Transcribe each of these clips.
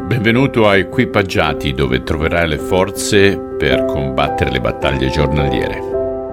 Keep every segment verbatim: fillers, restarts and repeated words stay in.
Benvenuto a Equipaggiati, dove troverai le forze per combattere le battaglie giornaliere.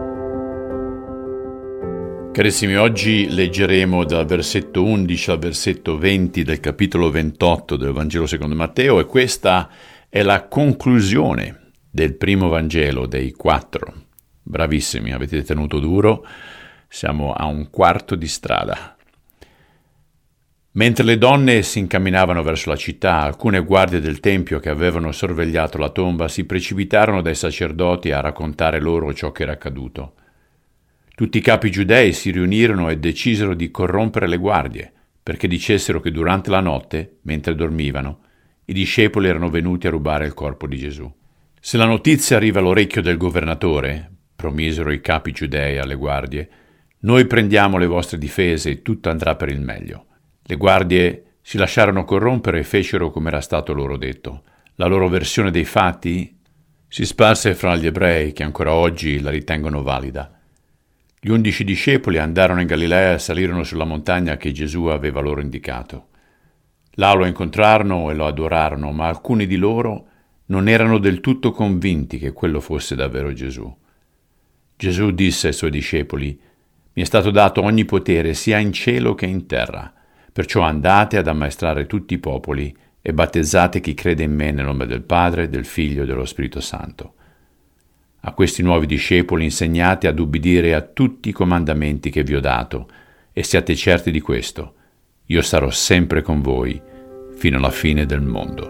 Carissimi, oggi leggeremo dal versetto undici al versetto venti del capitolo ventotto del Vangelo secondo Matteo, e questa è la conclusione del primo Vangelo dei quattro. Bravissimi, avete tenuto duro, siamo a un quarto di strada. Mentre le donne si incamminavano verso la città, alcune guardie del tempio che avevano sorvegliato la tomba si precipitarono dai sacerdoti a raccontare loro ciò che era accaduto. Tutti i capi giudei si riunirono e decisero di corrompere le guardie, perché dicessero che durante la notte, mentre dormivano, i discepoli erano venuti a rubare il corpo di Gesù. Se la notizia arriva all'orecchio del governatore, promisero i capi giudei alle guardie, noi prendiamo le vostre difese e tutto andrà per il meglio. Le guardie si lasciarono corrompere e fecero come era stato loro detto. La loro versione dei fatti si sparse fra gli ebrei, che ancora oggi la ritengono valida. Gli undici discepoli andarono in Galilea e salirono sulla montagna che Gesù aveva loro indicato. Là lo incontrarono e lo adorarono, ma alcuni di loro non erano del tutto convinti che quello fosse davvero Gesù. Gesù disse ai suoi discepoli: «Mi è stato dato ogni potere sia in cielo che in terra. Perciò andate ad ammaestrare tutti i popoli e battezzate chi crede in me nel nome del Padre, del Figlio e dello Spirito Santo. A questi nuovi discepoli insegnate ad ubbidire a tutti i comandamenti che vi ho dato, e siate certi di questo: io sarò sempre con voi fino alla fine del mondo».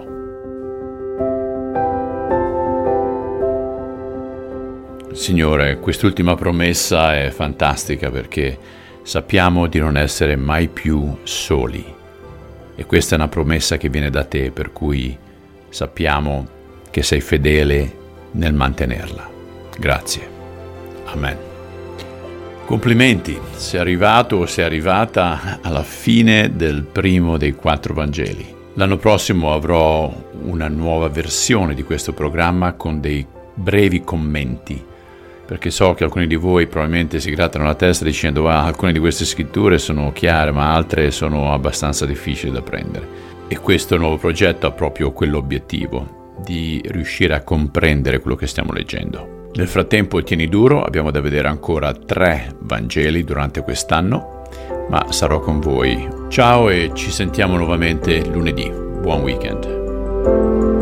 Signore, quest'ultima promessa è fantastica perché sappiamo di non essere mai più soli, e questa è una promessa che viene da te, per cui sappiamo che sei fedele nel mantenerla. Grazie. Amen. Complimenti, sei arrivato o sei arrivata alla fine del primo dei quattro Vangeli. L'anno prossimo avrò una nuova versione di questo programma con dei brevi commenti, perché so che alcuni di voi probabilmente si grattano la testa dicendo ah, alcune di queste scritture sono chiare, ma altre sono abbastanza difficili da prendere. E questo nuovo progetto ha proprio quell'obiettivo, di riuscire a comprendere quello che stiamo leggendo. Nel frattempo tieni duro, abbiamo da vedere ancora tre Vangeli durante quest'anno, ma sarò con voi. Ciao e ci sentiamo nuovamente lunedì. Buon weekend.